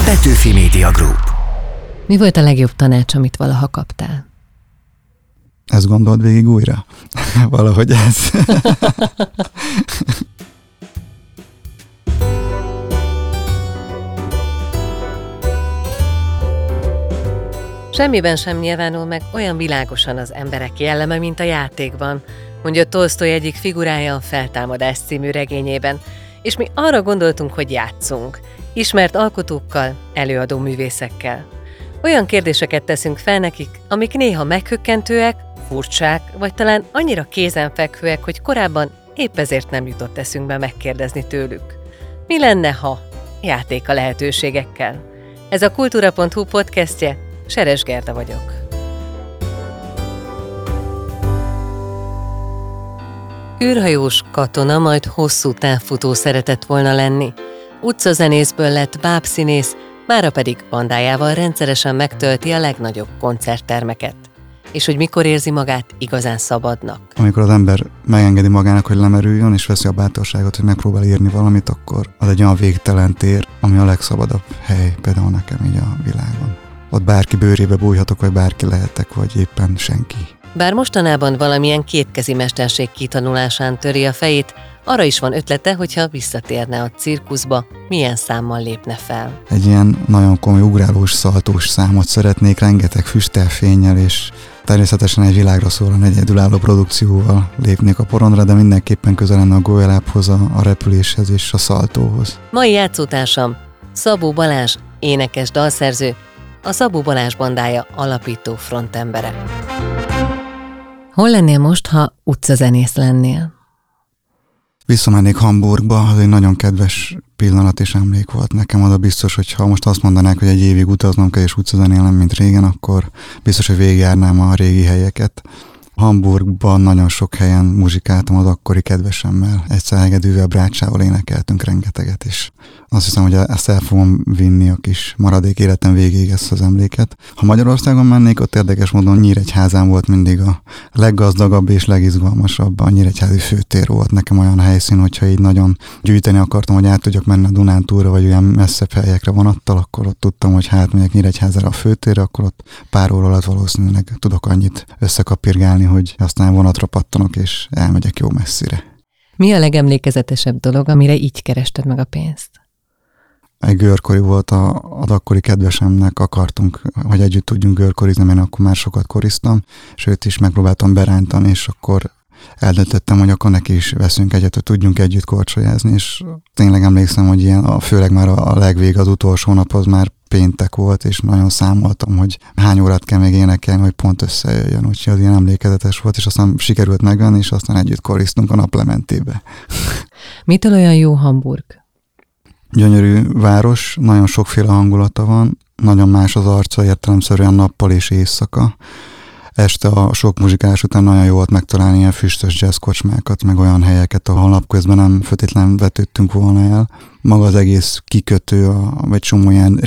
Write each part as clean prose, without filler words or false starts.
Petőfi Media Group. Mi volt a legjobb tanács, amit valaha kaptál? Ezt gondold végig újra? Valahogy ez. Semmiben sem nyilvánul meg olyan világosan az emberek jelleme, mint a játékban, mondja Tolsztoj egyik figurája a Feltámadás című regényében, és mi arra gondoltunk, hogy játszunk, ismert alkotókkal, előadó művészekkel. Olyan kérdéseket teszünk fel nekik, amik néha meghökkentőek, furcsák, vagy talán annyira kézenfekvőek, hogy korábban épp ezért nem jutott eszünkbe megkérdezni tőlük. Mi lenne, ha? Játék a lehetőségekkel. Ez a kultúra.hu podcastje, Seres Gerda vagyok. Űrhajós katona, majd hosszú távfutó szeretett volna lenni. Utcazenészből lett bábszínész, mára pedig bandájával rendszeresen megtölti a legnagyobb koncerttermeket. És hogy mikor érzi magát igazán szabadnak. Amikor az ember megengedi magának, hogy lemerüljön, és veszi a bátorságot, hogy megpróbál írni valamit, akkor az egy olyan végtelen tér, ami a legszabadabb hely, például nekem így a világon. Ott bárki bőrébe bújhatok, vagy bárki lehetek, vagy éppen senki. Bár mostanában valamilyen kétkezi mesterség kitanulásán töri a fejét, arra is van ötlete, hogyha visszatérne a cirkuszba, milyen számmal lépne fel. Egy ilyen nagyon komoly ugrálós, szaltós számot szeretnék, rengeteg füstelfénnyel, és természetesen egy világra szólóan egyedülálló produkcióval lépnék a porondra, de mindenképpen közel lenne a golyalábhoz, a repüléshez és a szaltóhoz. Mai játszótársam Szabó Balázs, énekes dalszerző, a Szabó Balázs bandája alapító frontembere. Hol lennél most, ha utcazenész lennél? Visszamennék Hamburgba, az egy nagyon kedves pillanat és emlék volt nekem. Oda biztos, hogy ha most azt mondanák, hogy egy évig utaznom kell és utcazenélnem, mint régen, akkor biztos, hogy végigjárnám a régi helyeket. Hamburgban nagyon sok helyen muzsikáltam az akkori kedvesemmel. Egyszer Hegedűvel, Brácsával énekeltünk rengeteget, és azt hiszem, hogy ezt el fogom vinni a kis maradék életem végéig ezt az emléket. Ha Magyarországon mennék, ott érdekes módon Nyíregyházán volt mindig a leggazdagabb és legizgalmasabb. A Nyíregyházi főtér volt nekem olyan helyszín, hogyha így nagyon gyűjteni akartam, hogy át tudjak menni a Dunántúlra, vagy olyan messzebb helyekre vonattal, akkor ott tudtam, hogy hát megyek Nyíregyházára a főtérre, akkor ott pár óra alatt valószínűleg tudok annyit összekapirgálni, hogy aztán vonatra pattanok, és elmegyek jó messzire. Mi a legemlékezetesebb dolog, amire így kerested meg a pénzt? Egy görkori volt az akkori kedvesemnek, akartunk, hogy együtt tudjunk görkorizni, én akkor már sokat koriztam, és őt is megpróbáltam berántani, és akkor eldöntöttem, hogy akkor neki is veszünk egyet, hogy tudjunk együtt korcsolyázni, és tényleg emlékszem, hogy ilyen, főleg már a legvég, az utolsó nap az már péntek volt, és nagyon számoltam, hogy hány órát kell még énekelni, hogy pont összejöjjön, úgyhogy az ilyen emlékezetes volt, és aztán sikerült megvenni, és aztán együtt koriztunk a naplementébe. Mitől olyan jó Hamburg? Gyönyörű város, nagyon sokféle hangulata van, nagyon más az arca értelemszerűen nappal és éjszaka. Este a sok muzsikás után nagyon jó volt megtalálni ilyen füstös jazzkocsmákat, meg olyan helyeket, ahol napközben nem feltétlenül vetődtünk volna el. Maga az egész kikötő, vagy csomó ilyen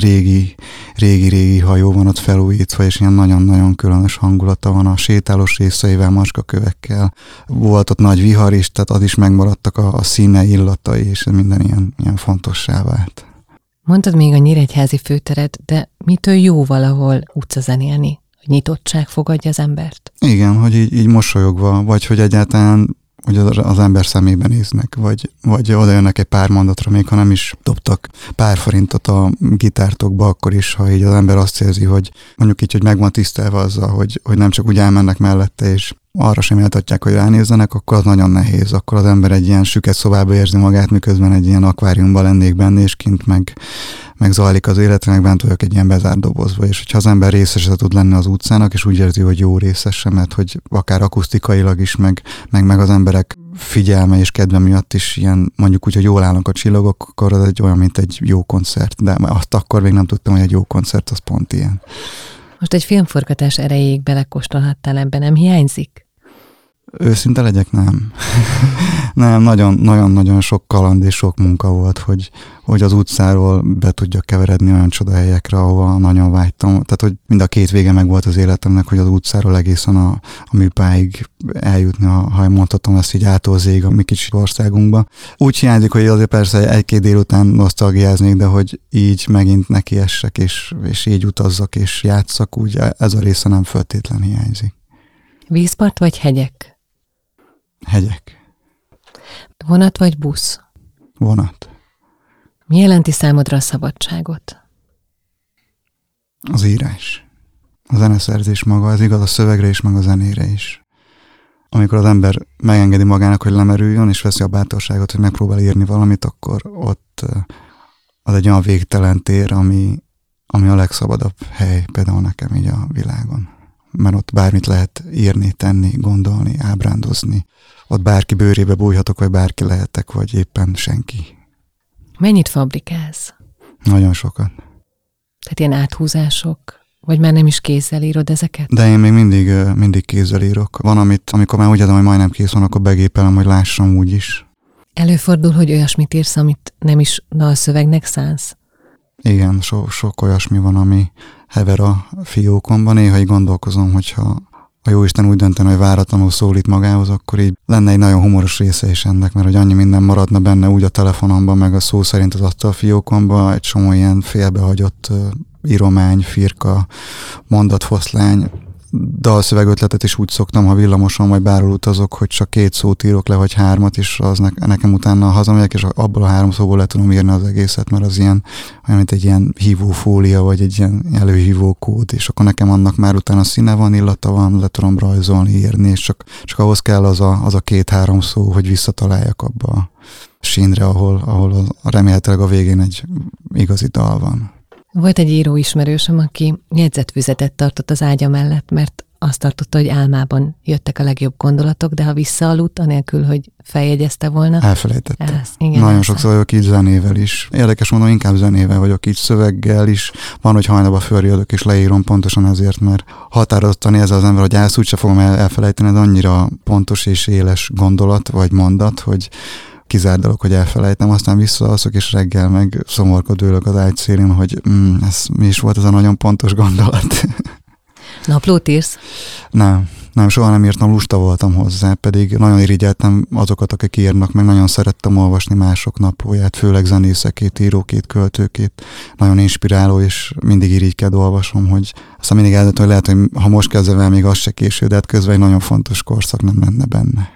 régi hajó van ott felújítva, és ilyen nagyon-nagyon különös hangulata van a sétálós részeivel, macskakövekkel. Volt ott nagy vihar is, tehát az is megmaradtak a színe, illatai, és minden ilyen fontossá vált. Mondtad még a Nyíregyházi főteret, de mitől jó valahol utcazenélni? Hogy nyitottság fogadja az embert? Igen, hogy így mosolyogva, vagy hogy egyáltalán hogy az ember szemébe néznek, vagy oda jönnek egy pár mondatra, még ha nem is dobtak pár forintot a gitártokba, akkor is, ha így az ember azt érzi, hogy mondjuk így, hogy meg van tisztelve azzal, hogy nem csak úgy elmennek mellette, és arra sem méltatják, hogy ránézzenek, akkor az nagyon nehéz. Akkor az ember egy ilyen süket szobába érzi magát, miközben egy ilyen akváriumban lennék benne, és kint meg zajlik az életre, meg bent vagyok egy ilyen bezárt dobozba. És hogyha az ember részese tud lenni az utcának, és úgy érzi, hogy jó részese, mert hogy akár akusztikailag is, meg az emberek figyelme és kedve miatt is ilyen, mondjuk úgy, hogy jól állnak a csillagok, akkor az egy olyan, mint egy jó koncert. De azt akkor még nem tudtam, hogy egy jó koncert az pont ilyen. Most egy filmforgatás erejéig belekóstolhattál ebben, nem hiányzik? Őszinte legyek, nem. Nem, nagyon-nagyon sok kaland és sok munka volt, hogy az utcáról be tudjak keveredni olyan csodahelyekre, ahova nagyon vágytam. Tehát, hogy mind a két vége meg volt az életemnek, hogy az utcáról egészen a műpáig eljutni, ha mondhatom ezt így átolzéig a mi kicsi országunkba. Úgy hiányzik, hogy azért persze egy-két délután nosztalgiáznék, de hogy így megint nekiessek, és így utazzak, és játsszak, úgy ez a része nem feltétlen hiányzik. Vízpart vagy hegyek? Hegyek. Vonat vagy busz? Vonat. Mi jelenti számodra a szabadságot? Az írás. A zeneszerzés maga, ez igaz a szövegre is, meg a zenére is. Amikor az ember megengedi magának, hogy lemerüljön, és veszi a bátorságot, hogy megpróbál írni valamit, akkor ott az egy olyan végtelen tér, ami a legszabadabb hely például nekem így a világon. Mert ott bármit lehet írni, tenni, gondolni, ábrándozni. Ott bárki bőrébe bújhatok, vagy bárki lehetek, vagy éppen senki. Mennyit fabrikálsz? Nagyon sokat. Tehát ilyen áthúzások? Vagy már nem is kézzel írod ezeket? De én még mindig kézzel írok. Van, amikor már úgy adom, hogy majdnem kész van, akkor begépelem, hogy lássam úgy is. Előfordul, hogy olyasmit írsz, amit nem is dalszövegnek szánsz? Igen, sok olyasmi van, ami hever a fiókomban. Néha így gondolkozom, hogyha a jóisten úgy döntene, hogy váratlanul szólít magához, akkor így lenne egy nagyon humoros része is ennek, mert hogy annyi minden maradna benne úgy a telefonomban, meg a szó szerint az asztalfiókomban, egy csomó ilyen félbehagyott íromány, firka, mondatfoszlány, dalszövegötletet is úgy szoktam, ha villamoson vagy bárhol utazok, hogy csak 2 szót írok le, vagy 3, és az nekem utána hazamegyek, és abból a 3 szóból le tudom írni az egészet, mert az ilyen, olyan, mint egy ilyen hívófólia, vagy egy ilyen előhívó kód, és akkor nekem annak már utána színe van, illata van, le tudom rajzolni, írni, és csak ahhoz kell az a 2-3 szó, hogy visszataláljak abba a sínre, ahol remélhetőleg a végén egy igazi dal van. Volt egy író ismerősöm, aki jegyzetfüzetet tartott az ágya mellett, mert azt tartotta, hogy álmában jöttek a legjobb gondolatok, de ha visszaaludt, anélkül, hogy feljegyezte volna. Elfelejtette. Nagyon sokszor vagyok így zenével is. Érdekes mondom, inkább zenével vagyok így, szöveggel is. Van, hogy hajnalba följöttök és leírom pontosan ezért, mert határozottan érzi az ember, hogy ezt úgyse fogom elfelejteni, ez annyira pontos és éles gondolat vagy mondat, hogy kizárt dolog, hogy elfelejtem, aztán visszaalszok, és reggel meg szomorkod ülök az ágy szélén, hogy ez mi is volt ez a nagyon pontos gondolat. Naplót írsz? Nem, soha nem írtam, lusta voltam hozzá, pedig nagyon irigyeltem azokat, akik írnak, meg nagyon szerettem olvasni mások naplóját, főleg zenészekét, írókét, költőkét. Nagyon inspiráló, és mindig irigykedve olvasom, hogy aztán mindig eldöntöm, hogy lehet, hogy ha most kezdem el, még az se késő, de hát közben egy nagyon fontos korszak nem lenne benne.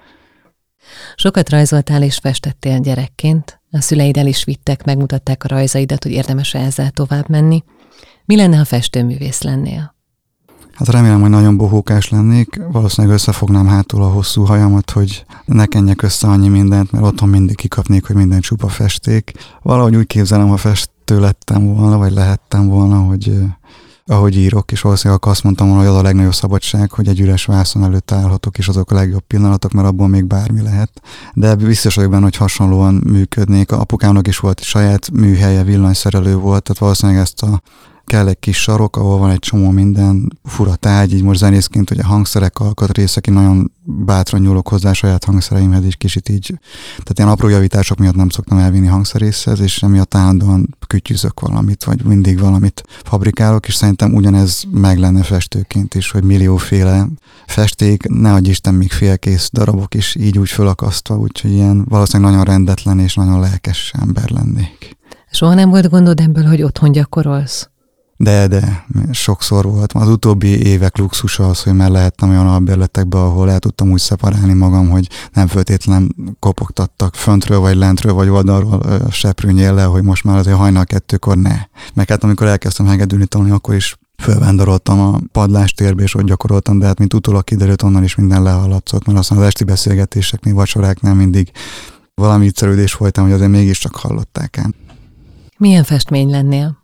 Sokat rajzoltál és festettél gyerekként. A szüleid el is vittek, megmutatták a rajzaidat, hogy érdemes ezzel tovább menni. Mi lenne, ha festőművész lennél? Hát remélem, hogy nagyon bohókás lennék. Valószínűleg összefognám hátul a hosszú hajamat, hogy ne kenjek össze annyi mindent, mert otthon mindig kikapnék, hogy minden csupa festék. Valahogy úgy képzelem, ha festő lettem volna, vagy lehettem volna, hogy ahogy írok, és valószínűleg akkor azt mondtam volna, hogy az a legnagyobb szabadság, hogy egy üres vászon előtt állhatok, és azok a legjobb pillanatok, mert abból még bármi lehet. De biztos vagyok benne, hogy hasonlóan működnék. A apukámnak is volt saját műhelye, villanyszerelő volt, tehát valószínűleg kell egy kis sarok, ahol van egy csomó minden fura tárgy, így most zenészként ugye hangszerek, alkatrészek, én nagyon bátran nyúlok hozzá saját hangszereimhez, és kicsit így, tehát ilyen apró javítások miatt nem szoktam elvinni hangszerészhez, és emiatt állandóan kütyüzök valamit, vagy mindig valamit fabrikálok, és szerintem ugyanez meg lenne festőként is, hogy millióféle festék, ne adj Isten, még félkész darabok is így úgy fölakasztva, úgyhogy ilyen valószínűleg nagyon rendetlen és nagyon lelkes ember lennék. Soha nem volt gondod ebből, hogy otthon gyakorolsz? De sokszor volt. Az utóbbi évek luxusa az, hogy már lehettem olyan albérletekbe, ahol el tudtam úgy szeparálni magam, hogy nem feltétlen kopogtattak föntről, vagy lentről, vagy oldalról a seprőnyéllel, hogy most már azért hajnal 2-kor ne. Meg hát amikor elkezdtem hegedülni tanulni, akkor is fölvándoroltam a padlástérbe, és ott gyakoroltam, de hát mint utólag kiderült, onnan is minden lehallatszott, mert aztán az esti beszélgetéseknél, vacsoráknál mindig valami viccelődés voltam, hogy azért mégiscsak hallották el. Milyen festmény lennél?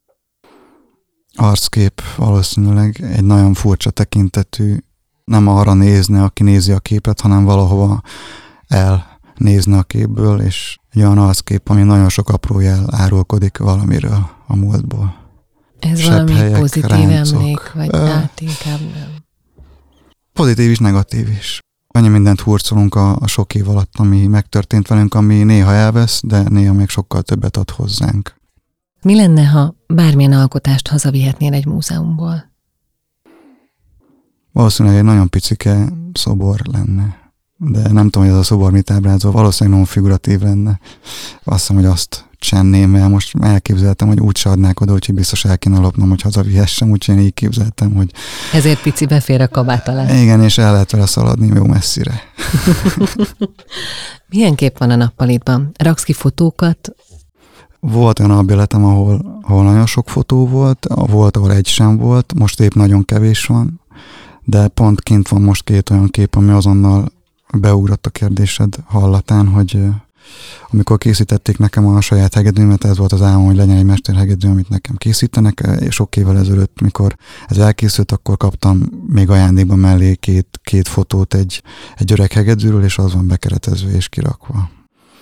Arckép valószínűleg egy nagyon furcsa tekintetű, nem arra nézne, aki nézi a képet, hanem valahova elnézne a képből, és egy olyan arckép, ami nagyon sok apró jel árulkodik valamiről a múltból. Ez valami pozitív ráncok, emlék, vagy inkább nem? Pozitív is, negatív is. Annyi mindent hurcolunk a sok év alatt, ami megtörtént velünk, ami néha elvesz, de néha még sokkal többet ad hozzánk. Mi lenne, ha bármilyen alkotást hazavihetnél egy múzeumból? Valószínűleg egy nagyon picike szobor lenne. De nem tudom, hogy ez a szobor mit ábrázol, valószínűleg nagyon figuratív lenne. Azt hiszem, hogy azt csenném el. Most elképzeltem, hogy úgy se adnák oda, úgyhogy biztos el kéne lopnom, hogy hazavihessem, úgyhogy én így képzeltem, hogy... Ezért pici befér a kabát alá. Igen, és el lehet vele szaladni jó messzire. Milyen kép van a nappalitban? Raksz ki fotókat? Volt olyan albéletem, ahol nagyon sok fotó volt, ahol egy sem volt, most épp nagyon kevés van, de pont kint van most 2 olyan kép, ami azonnal beugrott a kérdésed hallatán, hogy amikor készítették nekem a saját hegedűmet, ez volt az álmom, hogy legyen egy mesterhegedű, amit nekem készítenek, és sok évvel ezelőtt, mikor ez elkészült, akkor kaptam még ajándékban mellé két fotót egy öreg hegedűről, és az van bekeretezve és kirakva.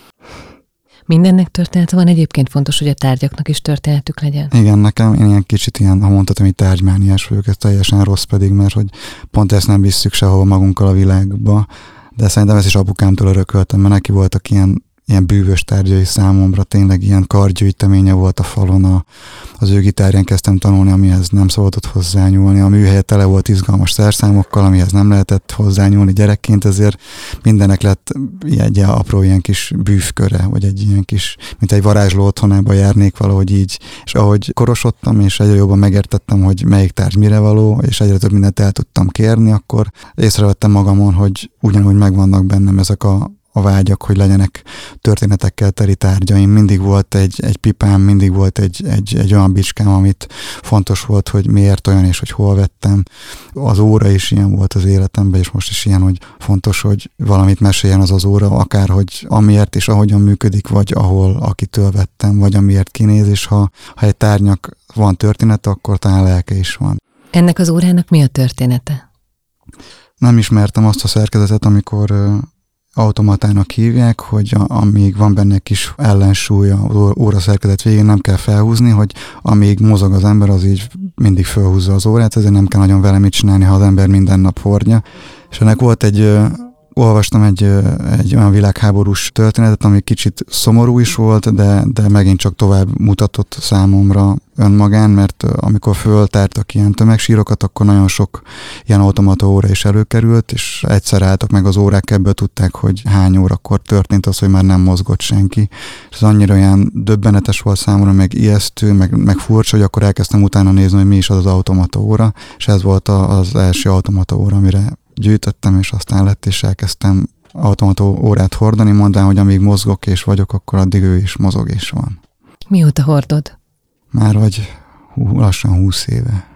Mindennek története van, egyébként fontos, hogy a tárgyaknak is történetük legyen. Igen, nekem én ilyen kicsit ilyen, ha mondhatom, hogy tárgymániás vagyok, ez teljesen rossz pedig, mert hogy pont ezt nem visszük sehol magunkkal a világba, de szerintem ezt is apukámtól örököltem, mert neki voltak ilyen bűvös tárgyai számomra, tényleg ilyen kardgyűjteménye volt a falon, az ő gitárján kezdtem tanulni, amihez nem szabadott hozzányúlni, a műhelye tele volt izgalmas szerszámokkal, amihez nem lehetett hozzányúlni gyerekként, ezért mindenek lett egy apró ilyen kis bűvköre, vagy egy ilyen kis, mint egy varázsló otthonába járnék valahogy így, és ahogy korosodtam, és egyre jobban megértettem, hogy melyik tárgy mire való, és egyre több mindent el tudtam kérni, akkor észrevettem magamon, hogy ugyanúgy megvannak bennem ezek a vágyak, hogy legyenek történetekkel teli tárgyaim. Mindig volt egy pipám, mindig volt egy olyan bicskám, amit fontos volt, hogy miért olyan, és hogy hol vettem. Az óra is ilyen volt az életemben, és most is ilyen, hogy fontos, hogy valamit meséljen az óra, akár, hogy amiért és ahogyan működik, vagy ahol, akitől vettem, vagy amiért kinéz, és ha egy tárgynak van története, akkor talán lelke is van. Ennek az órának mi a története? Nem ismertem azt a szerkezetet, amikor automatának hívják, hogy amíg van benne kis ellensúly az óra szerkezet végén, nem kell felhúzni, hogy amíg mozog az ember, az így mindig felhúzza az órát, ezért nem kell nagyon vele mit csinálni, ha az ember minden nap hordja. És ennek volt olvastam egy olyan világháborús történetet, ami kicsit szomorú is volt, de megint csak tovább mutatott számomra önmagán, mert amikor föltártak ilyen tömegsírokat, akkor nagyon sok ilyen automata óra is előkerült, és egyszer álltak meg az órák, ebből tudták, hogy hány órakor történt az, hogy már nem mozgott senki. És ez annyira olyan döbbenetes volt számomra, meg ijesztő, meg furcsa, hogy akkor elkezdtem utána nézni, hogy mi is az automata óra, és ez volt az első automata óra, amire gyűjtöttem, és aztán lett, és elkezdtem automata órát hordani, mondván, hogy amíg mozgok és vagyok, akkor addig ő is mozog és van. Mióta hordod? Már vagy lassan 20 éve.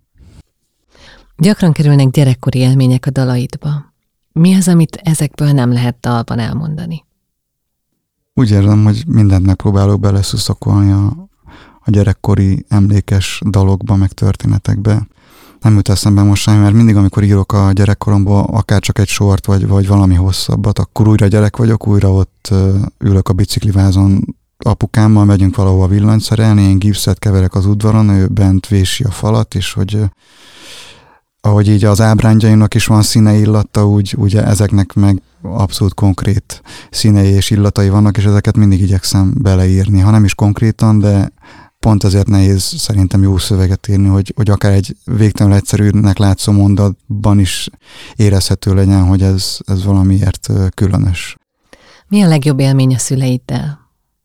Gyakran kerülnek gyerekkori élmények a dalaidba. Mi az, amit ezekből nem lehet dalban elmondani? Úgy érzem, hogy mindent megpróbálok beleszuszakolni a gyerekkori emlékes dalokba, meg történetekbe. Nem jut eszembe most semmi, mert mindig, amikor írok a gyerekkoromból, akár csak egy sort, vagy valami hosszabbat, akkor újra gyerek vagyok, újra ott ülök a biciklivázon apukámmal, megyünk valahova villanyszerelni, én gipszet keverek az udvaron, ő bent vési a falat, és hogy ahogy így az ábrándjaimnak is van színe illata, úgy ezeknek meg abszolút konkrét színei és illatai vannak, és ezeket mindig igyekszem beleírni. Ha nem is konkrétan, de pont ezért nehéz szerintem jó szöveget írni, hogy akár egy végtelenül egyszerűnek látszó mondatban is érezhető legyen, hogy ez valamiért különös. Mi a legjobb élmény a szüleiddel?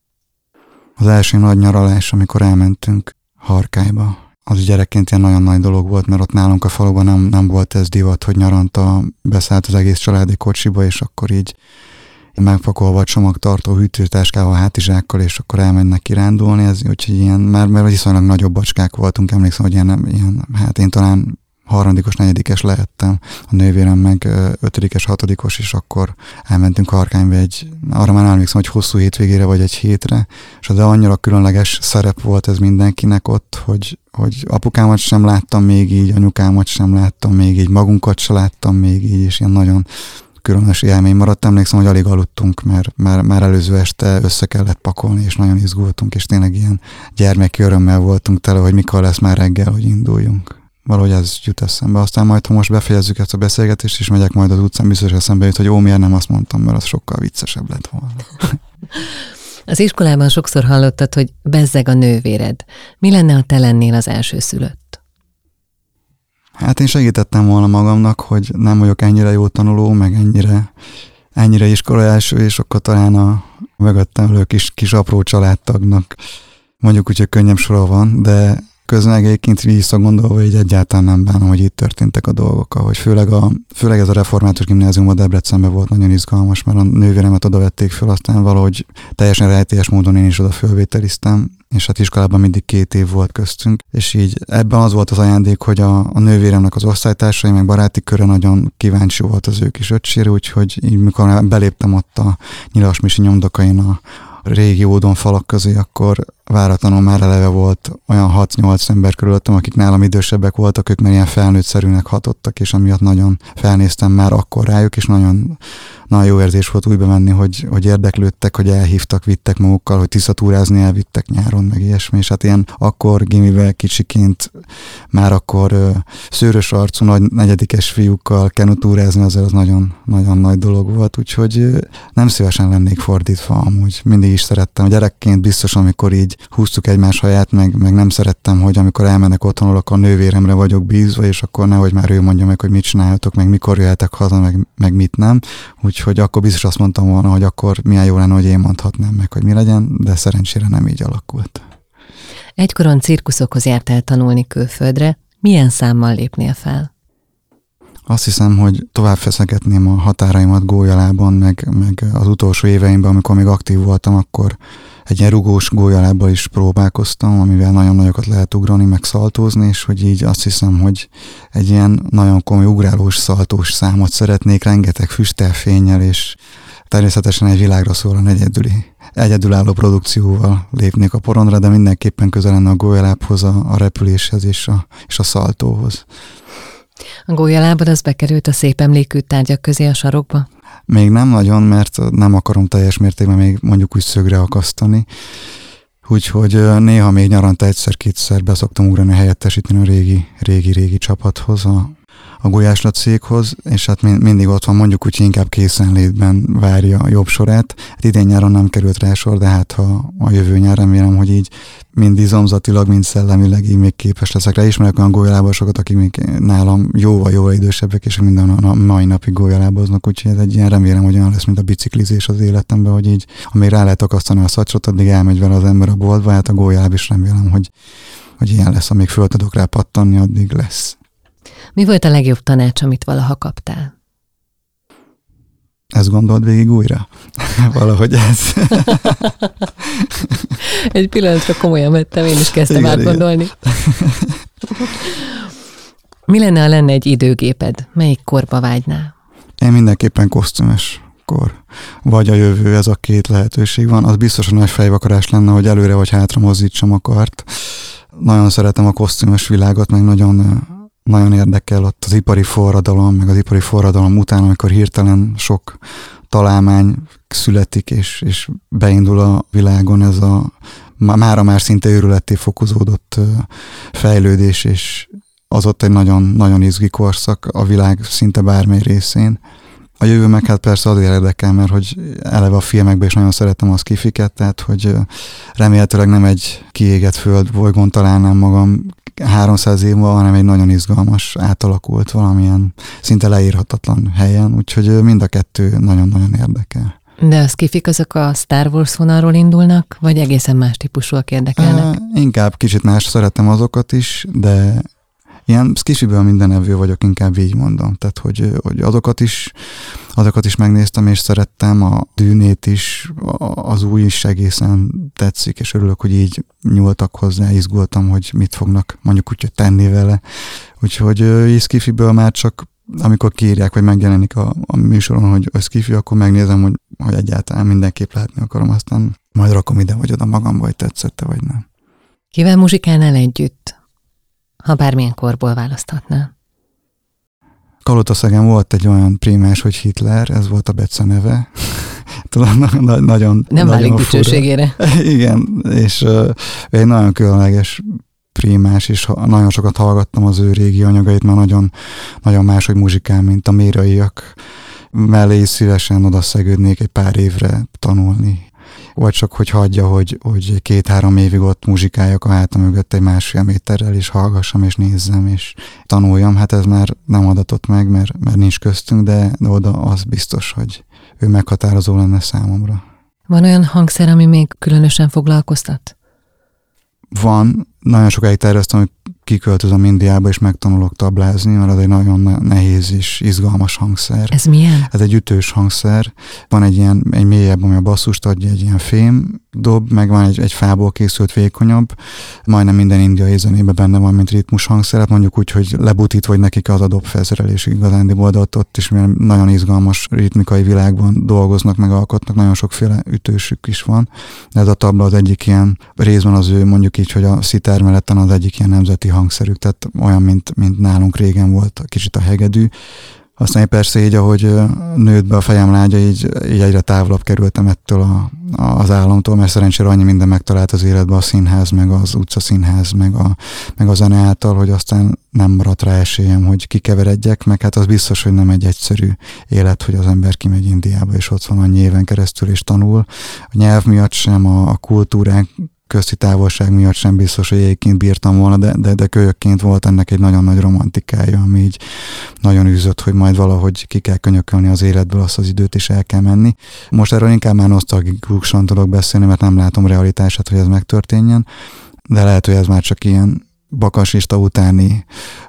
Az első nagy nyaralás, amikor elmentünk Harkályba. Az gyerekként ilyen nagyon nagy dolog volt, mert ott nálunk a faluban nem volt ez divat, hogy nyaranta beszállt az egész családi kocsiba, és akkor így megpakolva a csomagtartó hűtőtáskával, hátizsákkal, és akkor elmennek kirándulni, úgyhogy ilyen, mert viszonylag nagyobb bacskák voltunk, emlékszem, hogy ilyen hát én talán 3., 4. lehettem, a nővérem meg 5., 6. és akkor elmentünk Harkányba arra már emlékszem, hogy hosszú hétvégére vagy egy hétre, és de annyira különleges szerep volt ez mindenkinek ott, hogy apukámat sem láttam még így, anyukámat sem láttam még így, magunkat sem láttam még így, és ilyen nagyon különös élmény maradt. Emlékszem, hogy alig aludtunk, mert már előző este össze kellett pakolni, és nagyon izgultunk, és tényleg ilyen gyermeki örömmel voltunk tele, hogy mikor lesz már reggel, hogy induljunk. valahogy ez jut eszembe. Aztán majd, ha most befejezzük ezt a beszélgetést, és megyek majd az utcán, biztos eszembe jut, hogy miért nem azt mondtam, mert az sokkal viccesebb lett volna. Az iskolában sokszor hallottad, hogy bezzeg a nővéred. Mi lenne, ha te lennél az elsőszülött? Hát én segítettem volna magamnak, hogy nem vagyok ennyire jó tanuló, meg ennyire iskola első, és akkor talán a mögöttem ülő kis apró családtagnak mondjuk úgy, hogy könnyebb sora van, de közben egyébként visszagondolva így egyáltalán nem bánom, hogy itt történtek a dolgok, ahogy főleg ez a református gimnáziumban Debrecenben volt nagyon izgalmas, mert a nővéremet oda vették föl, aztán valahogy teljesen rejtélyes módon én is oda fölvételiztem, és hát iskolában mindig 2 év volt köztünk, és így ebben az volt az ajándék, hogy a nővéremnek az osztálytársai, meg baráti köre nagyon kíváncsi volt az ő kis öccsére, úgyhogy így mikor beléptem ott a Nyilasmisi nyomdokain a régi ódon falak közé, akkor váratlanul már eleve volt olyan 6-8 ember körülöttem, akik nálam idősebbek voltak, ők már ilyen felnőttszerűnek hatottak, és amiatt nagyon felnéztem már akkor rájuk, és nagyon jó érzés volt úgy bemenni, hogy érdeklődtek, hogy elhívtak, vittek magukkal, hogy tisztatúrázni elvittek nyáron, meg ilyesmi, és hát ilyen akkor gimivel kicsiként már akkor szőrös arcú nagy negyedikes fiúkkal kenutúrázni, azért az nagyon, nagyon nagy dolog volt, úgyhogy nem szívesen lennék fordítva amúgy. Mindig is szerettem. A gyerekként biztos, amikor így húztuk egymás haját, meg nem szerettem, hogy amikor elmennek otthonról, akkor a nővéremre vagyok bízva, és akkor nehogy már ő mondja meg, hogy mit csináljatok, meg mikor jöhetek haza, meg mit nem. Úgyhogy akkor biztos azt mondtam volna, hogy akkor milyen jó lenne, hogy én mondhatnám meg, hogy mi legyen, de szerencsére nem így alakult. Egykoron cirkuszokhoz jártál tanulni külföldre. Milyen számmal lépnél fel? Azt hiszem, hogy tovább feszegetném a határaimat gólyalában, meg az utolsó éveimben, amikor még aktív voltam, akkor egy ilyen rugós gólyalábbal is próbálkoztam, amivel nagyon nagyokat lehet ugrani, meg szaltózni, és hogy így azt hiszem, hogy egy ilyen nagyon komoly ugrálós, szaltós számot szeretnék, rengeteg füstelfénnyel, és természetesen egy világra szólóan egyedülálló produkcióval lépnék a porondra, de mindenképpen közel lenne a gólyalábhoz, a repüléshez és a szaltóhoz. A gólyalábad az bekerült a szép emlékű tárgyak közé a sarokba? Még nem nagyon, mert nem akarom teljes mértékben még mondjuk úgy szögre akasztani. Úgyhogy néha még nyaranta egyszer-kétszer beszoktam ugrani, helyettesíteni a régi csapathoz, a gulyáslat székhoz, és hát mindig ott van, mondjuk úgy, inkább készenlétben várja a jobb sorát. Hát idén nyáron nem került rá sor, de hát ha a jövő nyár, remélem, hogy így mind izomzatilag, mind szellemileg így még képes leszek rá. Ismerek olyan gólyalábosokat, akik még nálam jóval idősebbek, és minden a mai napig gólyaláboznak, úgyhogy ez egy ilyen, remélem, hogy olyan lesz, mint a biciklizés az életemben, hogy így, amíg rá lehet akasztani a szacsot, addig elmegy vele az ember a boltba, hát a gólyaláb is remélem, hogy ilyen lesz, amíg föl tudok rá pattanni, addig lesz. Mi volt a legjobb tanács, amit valaha kaptál? Ezt gondold végig újra? Valahogy ez. Egy pillanatra komolyan vettem, én is kezdtem átgondolni. Mi lenne, ha lenne egy időgéped? Melyik korba vágynál? Én mindenképpen kosztümös kor. Vagy a jövő, ez a 2 lehetőség van. Az biztosan nagy fejvakarás lenne, hogy előre vagy hátra mozdítsam a kart. Nagyon szeretem a kosztümös világot, meg nagyon érdekel ott az ipari forradalom, meg az ipari forradalom után, amikor hirtelen sok találmány születik, és beindul a világon ez a mára már szinte őrületté fokozódott fejlődés, és az ott egy nagyon, nagyon izgi korszak a világ szinte bármely részén. A jövő meg hát persze azért érdekel, mert hogy eleve a filmekben is nagyon szeretem a sci-fiket, tehát hogy remélhetőleg nem egy kiégett földbolygón találnám magam 300 év múlva, hanem egy nagyon izgalmas, átalakult valamilyen szinte leírhatatlan helyen, úgyhogy mind a 2 nagyon-nagyon érdekel. De a sci-fik azok a Star Wars vonalról indulnak, vagy egészen más típusúak érdekelnek? Inkább kicsit más, szeretem azokat is, de ilyen sci-fiből mindenevő vagyok, inkább így mondom. Tehát, hogy azokat is megnéztem, és szerettem, a Dűnét is, az új is egészen tetszik, és örülök, hogy így nyúltak hozzá, izgultam, hogy mit fognak mondjuk úgy, hogy tenni vele. Úgyhogy sci-fiből már csak amikor kiírják, vagy megjelenik a műsoron, hogy a sci-fi, akkor megnézem, hogy egyáltalán mindenképp látni akarom, aztán majd rakom ide vagy oda magamba, hogy tetszette, vagy nem. Kivel muzsikálnál együtt, ha bármilyen korból választhatnál? Kalotaszegen volt egy olyan prímás, hogy Hitler, ez volt a Bece neve. nagyon nem válik dicsőségére. Igen, és egy nagyon különleges Prímás, és nagyon sokat hallgattam az ő régi anyagait, mert nagyon, nagyon máshogy muzsikál, mint a Méraiak. Mellé is szívesen oda szegődnék egy pár évre tanulni. Vagy csak, hogy hagyja, hogy 2-3 évig ott muzsikáljak a hátam mögött egy 1,5 méterrel, és hallgassam, és nézzem, és tanuljam. Hát ez már nem adatott meg, mert nincs köztünk, de oda az biztos, hogy ő meghatározó lenne számomra. Van olyan hangszer, ami még különösen foglalkoztat? Van. Nagyon sokáig terveztem, hogy kiköltözöm Indiába, és megtanulok tablázni, mert az egy nagyon nehéz és izgalmas hangszer. Ez milyen? Ez egy ütős hangszer. Van egy mélyebb, ami a basszust adja, egy ilyen fém dob, meg van egy fából készült vékonyabb. Majdnem minden indiai zenében benne van, mint ritmus hangszer. Mondjuk úgy, hogy lebutít, vagy nekik az a dobfelszerelés igazándiból, de ott is nagyon izgalmas ritmikai világban dolgoznak, meg alkotnak, nagyon sokféle ütősük is van. De ez a tabla az egyik ilyen részben az ő, mondjuk így, hogy a szitár melletten az egyik ilyen nemzeti hangszerük, tehát olyan, mint nálunk régen volt kicsit a hegedű. Aztán persze így, ahogy nőtt be a fejem lágya, így egyre távolabb kerültem ettől az államtól, mert szerencsére annyi minden megtalált az életben, a színház, meg az utcaszínház, meg a zene által, hogy aztán nem maradt rá esélyem, hogy kikeveredjek, meg hát az biztos, hogy nem egy egyszerű élet, hogy az ember kimegy Indiába, és ott van annyi éven keresztül, és tanul. A nyelv miatt sem, a kultúrák közti távolság miatt sem biztos, hogy egyébként bírtam volna, de kölyökként volt ennek egy nagyon nagy romantikája, ami így nagyon űzött, hogy majd valahogy ki kell könyökölni az életből, azt az időt is el kell menni. Most erről inkább már nosztalgikusan tudok beszélni, mert nem látom realitását, hogy ez megtörténjen, de lehet, hogy ez már csak ilyen bakasista utáni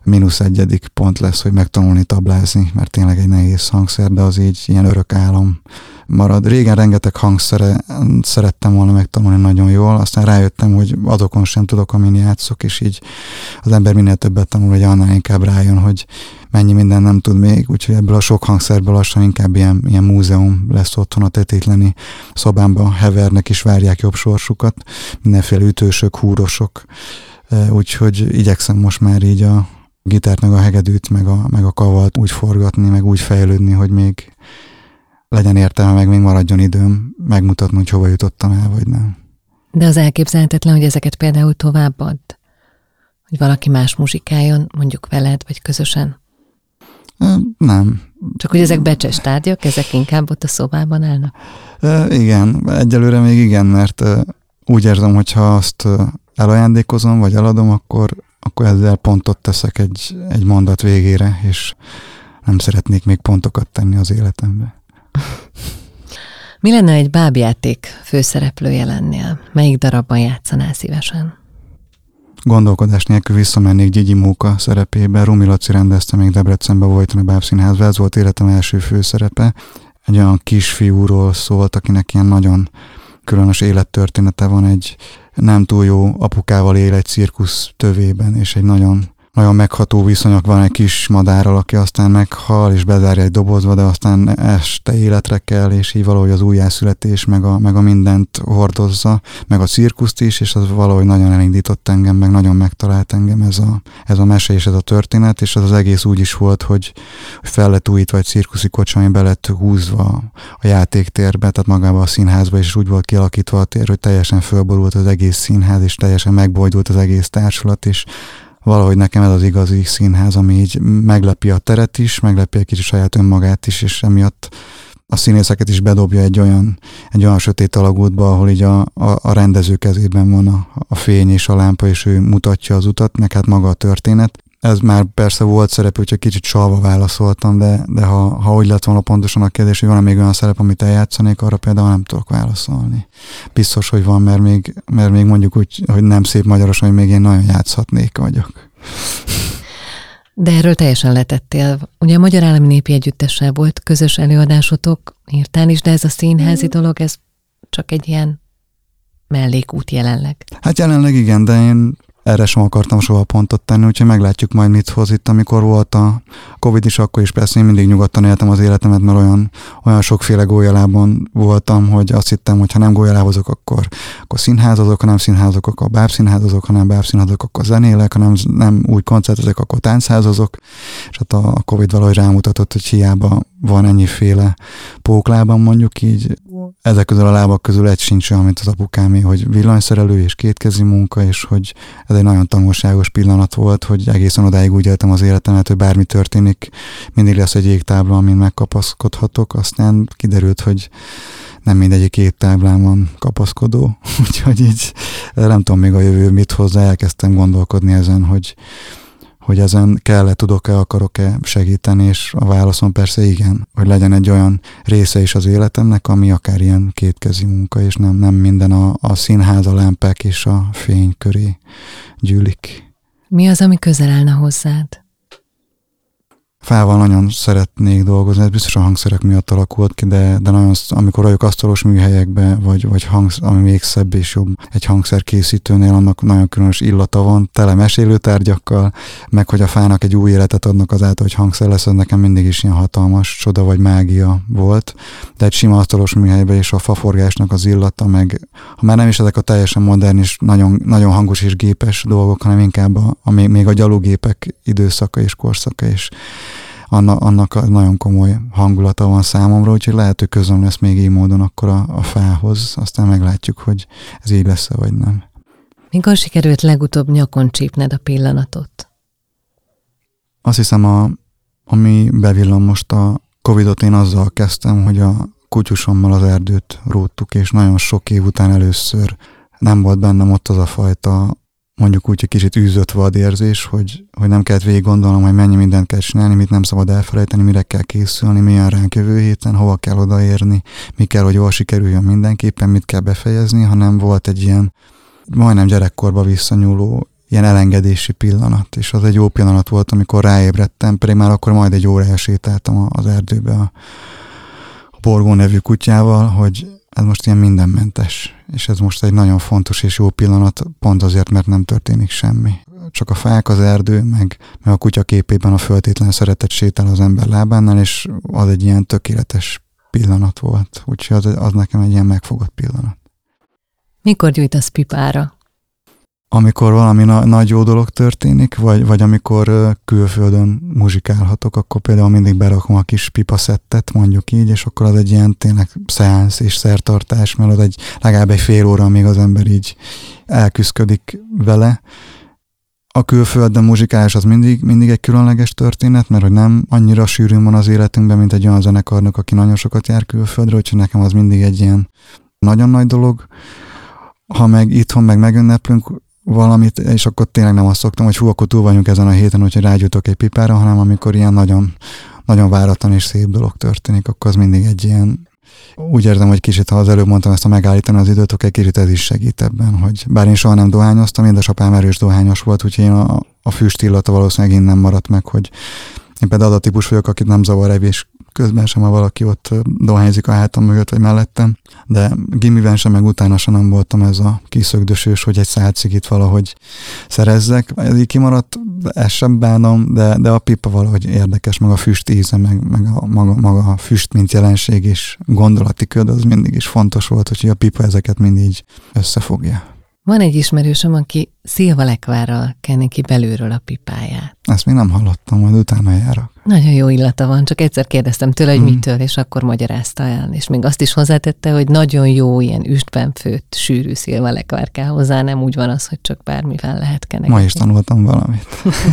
-1. pont lesz, hogy megtanulni tablázni, mert tényleg egy nehéz hangszer, de az így ilyen örök álom marad. Régen rengeteg hangszere szerettem volna megtanulni nagyon jól, aztán rájöttem, hogy azokon sem tudok, amin játszok, és így az ember minél többet tanul, hogy annál inkább rájön, hogy mennyi minden nem tud még, úgyhogy ebből a sok hangszerből lassan inkább ilyen múzeum lesz otthon, a tetétleni szobámban hevernek és várják jobb sorsukat, mindenféle ütősök, húrosok, úgyhogy igyekszem most már így a gitárt, meg a hegedűt, meg a kavalt úgy forgatni, meg úgy fejlődni, hogy még legyen értelme, meg még maradjon időm megmutatni, hogy hova jutottam el, vagy nem. De az elképzelhetetlen, hogy ezeket például továbbadd? Hogy valaki más muzsikáljon, mondjuk veled, vagy közösen? Nem. Csak hogy ezek becses tárgyak, ezek inkább ott a szobában állnak? Igen, egyelőre még igen, mert úgy érzem, hogyha azt elajándékozom, vagy eladom, akkor ezzel pontot teszek egy mondat végére, és nem szeretnék még pontokat tenni az életembe. Mi lenne egy bábjáték főszereplője lennél? Melyik darabban játszanál szívesen? Gondolkodás nélkül visszamennék Gyigyi Móka szerepébe. Rumi Laci rendezte még Debrecenben Vojtani Bábszínházban. Ez volt életem első főszerepe. Egy olyan kisfiúról szólt, akinek ilyen nagyon különös élettörténete van, egy nem túl jó apukával él egy cirkusz tövében, és egy nagyon megható viszonyok van egy kis madárral, aki aztán meghal, és bezárja egy dobozba, de aztán este életre kell, és így valahogy az újjászületés, meg a mindent hordozza, meg a cirkuszt is, és az valahogy nagyon elindított engem, meg nagyon megtalált engem ez a mese és ez a történet, és az egész úgy is volt, hogy fel lett újítva egy cirkuszi kocsi, ami be lett húzva a játéktérbe, tehát magába a színházba, és úgy volt kialakítva a tér, hogy teljesen fölborult az egész színház, és teljesen megbojdult az egész társulat, és valahogy nekem ez az igazi színház, ami így meglepi a teret is, meglepi egy kicsit saját önmagát is, és emiatt a színészeket is bedobja egy olyan sötét alagútba, ahol így a rendező kezében van a fény és a lámpa, és ő mutatja az utat, meg hát maga a történet. Ez már persze volt szerep, úgyhogy kicsit csalva válaszoltam, de ha úgy lett volna pontosan a kérdés, hogy van még olyan szerep, amit eljátszanék, arra például nem tudok válaszolni. Biztos, hogy van, mert még mondjuk úgy, hogy nem szép magyarosan, hogy még én nagyon játszhatnék vagyok. De erről teljesen letettél. Ugye a Magyar Állami Népi Együttessel volt közös előadásotok, írtál is, de ez a színházi dolog, ez csak egy ilyen mellékút jelenleg. Hát jelenleg igen, de én erre sem akartam soha pontot tenni, úgyhogy meglátjuk majd mit hoz itt. Amikor volt a Covid is, akkor is persze én mindig nyugodtan éltem az életemet, mert olyan sokféle gólyalában voltam, hogy azt hittem, hogy ha nem gólyalávozok, akkor színházozok, ha nem színházozok, akkor bábszínházozok, ha nem bábszínházozok, akkor zenélek, ha nem úgy koncertezek, akkor táncházozok. És hát a Covid valahogy rámutatott, hogy hiába van ennyiféle póklában, mondjuk így ezek közül a lábak közül egy sincs olyan, mint az apukámé, hogy villanyszerelő és kétkezi munka, és hogy ez egy nagyon tanulságos pillanat volt, hogy egészen odáig úgy éltem az életemet, hogy bármi történik, mindig lesz egy jégtábla, amin megkapaszkodhatok. Aztán kiderült, hogy nem mindegyik jégtáblán van kapaszkodó, úgyhogy így nem tudom még a jövő mit hozzá, elkezdtem gondolkodni ezen, hogy ezen kell-e, tudok-e, akarok-e segíteni, és a válaszom persze igen, hogy legyen egy olyan része is az életemnek, ami akár ilyen kétkezi munka, és nem minden a színház, a lámpák és a fény köré gyűlik. Mi az, ami közel állna hozzád? Fával nagyon szeretnék dolgozni, ez biztos a hangszerek miatt alakult ki, de nagyon, amikor vagyok asztalos műhelyekbe, vagy ami még szebb és jobb egy hangszerkészítőnél, annak nagyon különös illata van, tele mesélőtárgyakkal, meg hogy a fának egy új életet adnak azáltal, hogy hangszer lesz, ez nekem mindig is ilyen hatalmas csoda vagy mágia volt, de egy sima asztalos műhelyben is a faforgásnak az illata, meg ha már nem is ezek a teljesen modern és nagyon, nagyon hangos és gépes dolgok, hanem inkább még a gyalogépek időszaka és korszaka, és annak nagyon komoly hangulata van számomra, úgyhogy lehet, hogy közöm lesz még így módon akkor a fához, aztán meglátjuk, hogy ez így lesz-e, vagy nem. Mikor sikerült legutóbb nyakon csípned a pillanatot? Azt hiszem, ami bevillan most a Covidot, én azzal kezdtem, hogy a kutyusommal az erdőt róttuk, és nagyon sok év után először nem volt bennem ott az a fajta, mondjuk úgy, hogy kicsit űzött vadérzés, hogy nem kellett végig gondolnom, hogy mennyi mindent kell csinálni, mit nem szabad elfelejteni, mire kell készülni, milyen ránk jövő héten, hova kell odaérni, mi kell, hogy jól sikerüljön mindenképpen, mit kell befejezni, hanem volt egy ilyen majdnem gyerekkorba visszanyúló ilyen elengedési pillanat, és az egy jó pillanat volt, amikor ráébredtem, pedig már akkor majd egy óra elsétáltam az erdőbe a Borgó nevű kutyával, hogy ez most ilyen mindenmentes, és ez most egy nagyon fontos és jó pillanat, pont azért, mert nem történik semmi. Csak a fák, az erdő, meg a kutya képében a föltétlen szeretet sétál az ember lábánál, és az egy ilyen tökéletes pillanat volt. Úgyhogy az nekem egy ilyen megfogott pillanat. Mikor gyújtasz pipára? Amikor valami nagy jó dolog történik, vagy amikor külföldön muzsikálhatok, akkor például mindig berakom a kis pipaszettet, mondjuk így, és akkor az egy ilyen tényleg szeánsz és szertartás, mert az legalább egy fél óra, amíg az ember így elküszködik vele. A külföldön muzsikálás az mindig egy különleges történet, mert hogy nem annyira sűrűn van az életünkben, mint egy olyan zenekarnak, aki nagyon sokat jár külföldre, úgyhogy nekem az mindig egy ilyen nagyon nagy dolog. Ha meg itthon megünneplünk valamit, és akkor tényleg nem azt szoktam, hogy akkor túl vagyunk ezen a héten, úgyhogy rágyújtok egy pipára, hanem amikor ilyen nagyon, nagyon váratlan és szép dolog történik, akkor az mindig egy ilyen, úgy érzem, hogy kicsit, ha az előbb mondtam ezt a megállítani az időt, akkor egy kicsit ez is segít ebben, hogy bár én soha nem dohányoztam, édesapám erős dohányos volt, úgyhogy én a füst illata valószínűleg innen maradt meg, hogy én például az a típus vagyok, akit nem zavar evés közben sem, ha valaki ott dohányzik a hátam mögött, vagy mellettem, de gimiben sem, meg utána sem nem voltam ez a kiszögdösős, hogy egy szád cigit valahogy szerezzek. Ez így kimaradt, ezt sem bánom, de a pipa valahogy érdekes, meg a füst íze, meg maga a füst, mint jelenség és gondolati köd, az mindig is fontos volt, hogy a pipa ezeket mindig így összefogja. Van egy ismerősöm, aki szilvalekvárral kenni ki belülről a pipáját. Ezt még nem hallottam, majd utána járok. Nagyon jó illata van, csak egyszer kérdeztem tőle, hogy mitől, és akkor magyarázta el. És még azt is hozzátette, hogy nagyon jó ilyen üstben főtt, sűrű szilvalekvár kell hozzá, nem úgy van az, hogy csak bármivel lehet kenegetni. Ma is tanultam valamit.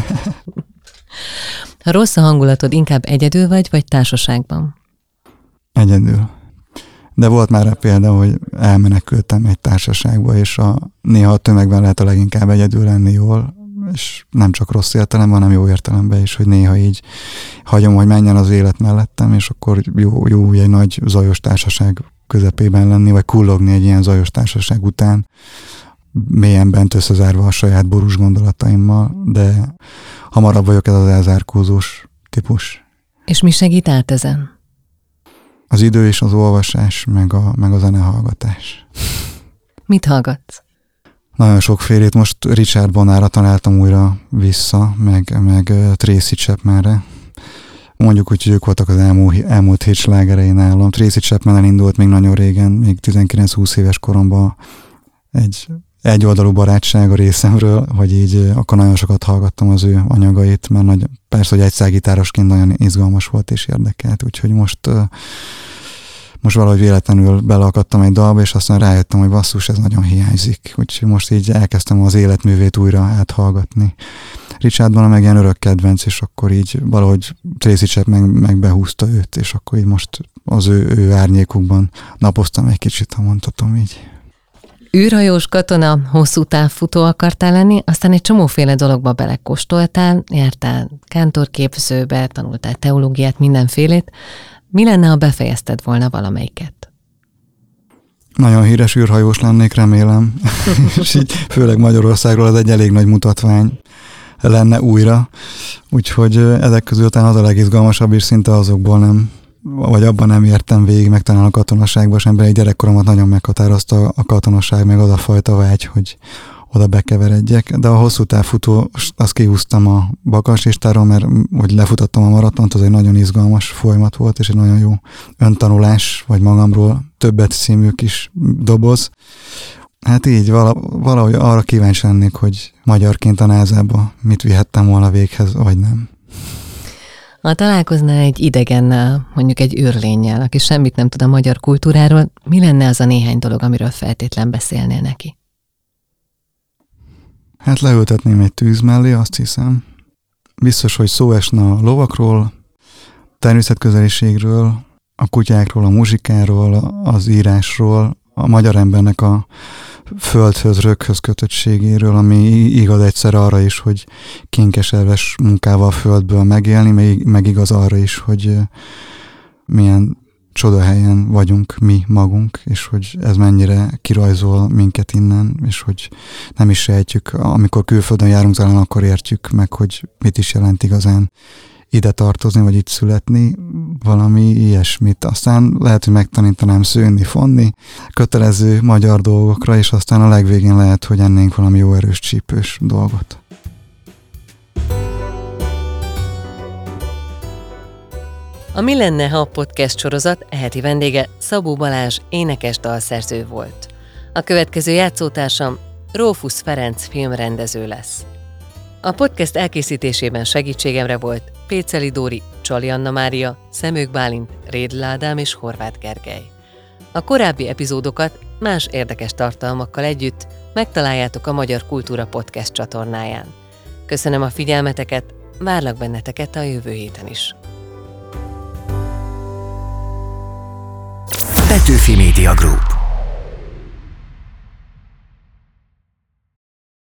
Ha rossz a hangulatod, inkább egyedül vagy társaságban? Egyedül. De volt már példa, hogy elmenekültem egy társaságba, és néha a tömegben lehet a leginkább egyedül lenni jól, és nem csak rossz értelemben, hanem jó értelemben is, hogy néha így hagyom, hogy menjen az élet mellettem, és akkor jó egy nagy zajos társaság közepében lenni, vagy kullogni egy ilyen zajos társaság után, mélyen bent összezárva a saját borús gondolataimmal, de hamarabb vagyok ez az elzárkózós típus. És mi segít át ezen? Az idő és az olvasás, meg a zenehallgatás. Mit hallgatsz? Nagyon sokfélét. Most Richard Bonára találtam újra vissza, meg Tracy Chapmanre. Mondjuk úgy, hogy ők voltak az elmúlt hét slágerei nálam. Tracy Chapman indult még nagyon régen, még 19-20 éves koromban egy oldalú barátság a részemről, hogy így akkor nagyon sokat hallgattam az ő anyagait, mert persze, hogy egyszágitárosként nagyon izgalmas volt és érdekelt, úgyhogy most most valahogy véletlenül beleakadtam egy dalba, és aztán rájöttem, hogy basszus, ez nagyon hiányzik. Úgyhogy most így elkezdtem az életművét újra áthallgatni. Richard Bona meg ilyen örök kedvenc, és akkor így valahogy Tracy Chap meg behúzta őt, és akkor így most az ő árnyékukban napoztam egy kicsit, ha mondhatom így. Űrhajós katona, hosszú távfutó akartál lenni, aztán egy csomóféle dologba belekóstoltál, jártál kántorképzőbe, tanultál teológiát, mindenfélét. Mi lenne, ha befejezted volna valamelyiket? Nagyon híres űrhajós lennék, remélem. És így főleg Magyarországról az egy elég nagy mutatvány lenne újra. Úgyhogy ezek közül talán az a legizgalmasabb, és szinte azokból nem, vagy abban nem értem végig, meg talán a katonaságban sem, egy gyerekkoromat nagyon meghatározta a katonaság, meg az a fajta vágy, hogy oda bekeveredjek, de a hosszú távfutó, azt kihúztam a bakaslistáról, mert hogy lefutottam a maratont, az egy nagyon izgalmas folyamat volt, és egy nagyon jó öntanulás, vagy magamról többet című kis doboz. Hát így valahogy arra kíváncsi lennék, hogy magyarként a NASA-ba mit vihettem volna véghez, vagy nem. Ha találkoznál egy idegennel, mondjuk egy űrlénnyel, aki semmit nem tud a magyar kultúráról, mi lenne az a néhány dolog, amiről feltétlen beszélnél neki? Hát leültetném egy tűz mellé, azt hiszem. Biztos, hogy szó esne a lovakról, természetközeliségről, a kutyákról, a muzsikáról, az írásról, a magyar embernek a földhöz, röghöz kötöttségéről, ami igaz egyszer arra is, hogy kénkeselves munkával a földből megélni, meg igaz arra is, hogy milyen csodahelyen vagyunk mi magunk, és hogy ez mennyire kirajzol minket innen, és hogy nem is sejtjük, amikor külföldön járunk, talán akkor értjük meg, hogy mit is jelent igazán ide tartozni, vagy itt születni, valami ilyesmit. Aztán lehet, hogy megtanítanám szőni, fonni, kötelező magyar dolgokra, és aztán a legvégén lehet, hogy ennénk valami jó erős csípős dolgot. A Mi lenne, ha a podcast sorozat eheti vendége Szabó Balázs énekes dalszerző volt. A következő játszótársam Rófusz Ferenc filmrendező lesz. A podcast elkészítésében segítségemre volt Péceli Dóri, Csali Anna Mária, Szemők Bálint, Rédl Ádám és Horváth Gergely. A korábbi epizódokat más érdekes tartalmakkal együtt megtaláljátok a Magyar Kultúra Podcast csatornáján. Köszönöm a figyelmeteket, várlak benneteket a jövő héten is. Petőfi Media Group.